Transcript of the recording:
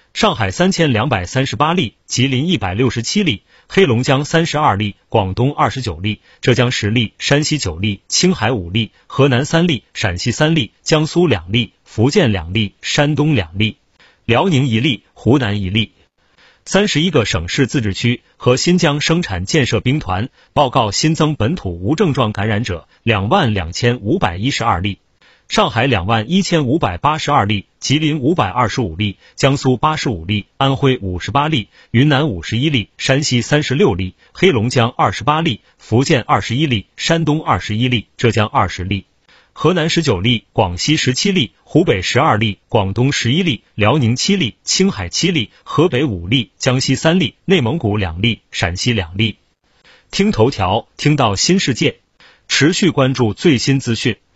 上海3238例，吉林167例，黑龙江32例，广东29例，浙江10例，山西9例，青海5例，河南3例，陕西3例，江苏2例，福建2例，山东2例，辽宁1例，湖南1例。31个省市自治区和新疆生产建设兵团报告新增本土无症状感染者22512例。上海21582例，吉林525例，江苏85例，安徽58例，云南51例，山西36例，黑龙江28例，福建21例，山东21例，浙江20例，河南19例，广西17例，湖北12例，广东11例，辽宁7例，青海7例，河北5例，江西3例，内蒙古2例，陕西2例。听头条，听到新世界，持续关注最新资讯。